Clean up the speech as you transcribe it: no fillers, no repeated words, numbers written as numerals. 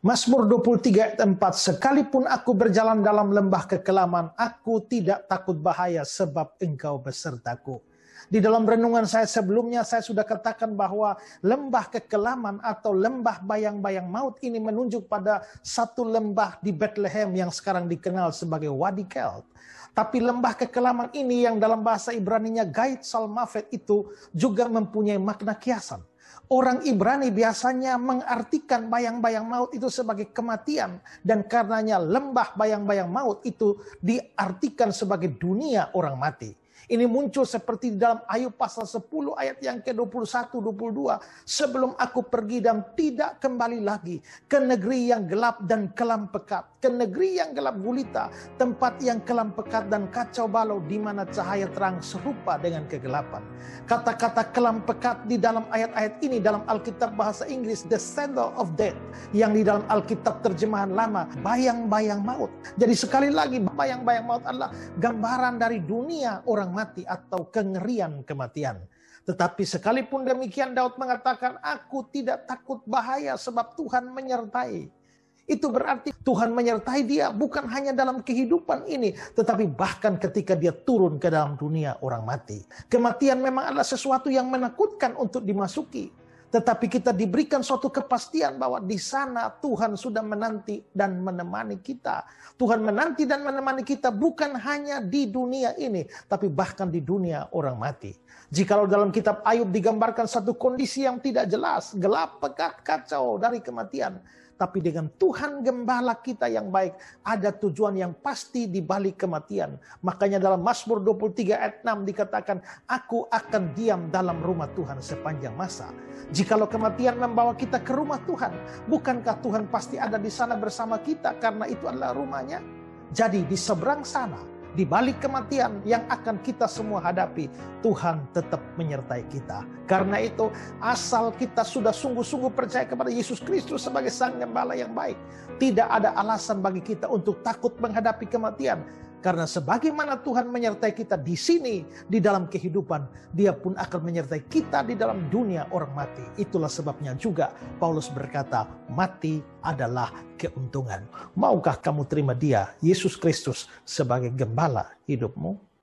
Mazmur 23 ayat 4, sekalipun aku berjalan dalam lembah kekelaman, aku tidak takut bahaya sebab engkau besertaku. Di dalam renungan saya sebelumnya, saya sudah katakan bahwa lembah kekelaman atau lembah bayang-bayang maut ini menunjuk pada satu lembah di Bethlehem yang sekarang dikenal sebagai Wadi Kelt. Tapi lembah kekelaman ini yang dalam bahasa Ibraninya Gait Salmafet itu juga mempunyai makna kiasan. Orang Ibrani biasanya mengartikan bayang-bayang maut itu sebagai kematian. Dan karenanya lembah bayang-bayang maut itu diartikan sebagai dunia orang mati. Ini muncul seperti di dalam Ayub pasal 10 ayat yang ke-21-22. Sebelum aku pergi dan tidak kembali lagi ke negeri yang gelap dan kelam pekat. Ke negeri yang gelap gulita, tempat yang kelam pekat dan kacau balau, di mana cahaya terang serupa dengan kegelapan. Kata-kata kelam pekat di dalam ayat-ayat ini dalam Alkitab bahasa Inggris, the shadow of death. Yang di dalam Alkitab terjemahan lama, bayang-bayang maut. Jadi sekali lagi, bayang-bayang maut adalah gambaran dari dunia orang mati atau kengerian kematian. Tetapi sekalipun demikian, Daud mengatakan, aku tidak takut bahaya sebab Tuhan menyertai. Itu berarti Tuhan menyertai dia bukan hanya dalam kehidupan ini, tetapi bahkan ketika dia turun ke dalam dunia orang mati. Kematian memang adalah sesuatu yang menakutkan untuk dimasuki. Tetapi kita diberikan suatu kepastian bahwa di sana Tuhan sudah menanti dan menemani kita. Tuhan menanti dan menemani kita bukan hanya di dunia ini, tapi bahkan di dunia orang mati. Jikalau dalam kitab Ayub digambarkan satu kondisi yang tidak jelas, gelap, pekat, kacau dari kematian. Tapi dengan Tuhan gembala kita yang baik, ada tujuan yang pasti di balik kematian. Makanya dalam Mazmur 23 ayat 6 dikatakan, aku akan diam dalam rumah Tuhan sepanjang masa. Jikalau kematian membawa kita ke rumah Tuhan, bukankah Tuhan pasti ada di sana bersama kita karena itu adalah rumahnya? Jadi di seberang sana, di balik kematian yang akan kita semua hadapi, Tuhan tetap menyertai kita. Karena itu, asal kita sudah sungguh-sungguh percaya kepada Yesus Kristus sebagai Sang Gembala yang baik, tidak ada alasan bagi kita untuk takut menghadapi kematian. Karena sebagaimana Tuhan menyertai kita di sini, di dalam kehidupan, Dia pun akan menyertai kita di dalam dunia orang mati. Itulah sebabnya juga Paulus berkata, mati adalah keuntungan. Maukah kamu terima Dia, Yesus Kristus, sebagai gembala hidupmu?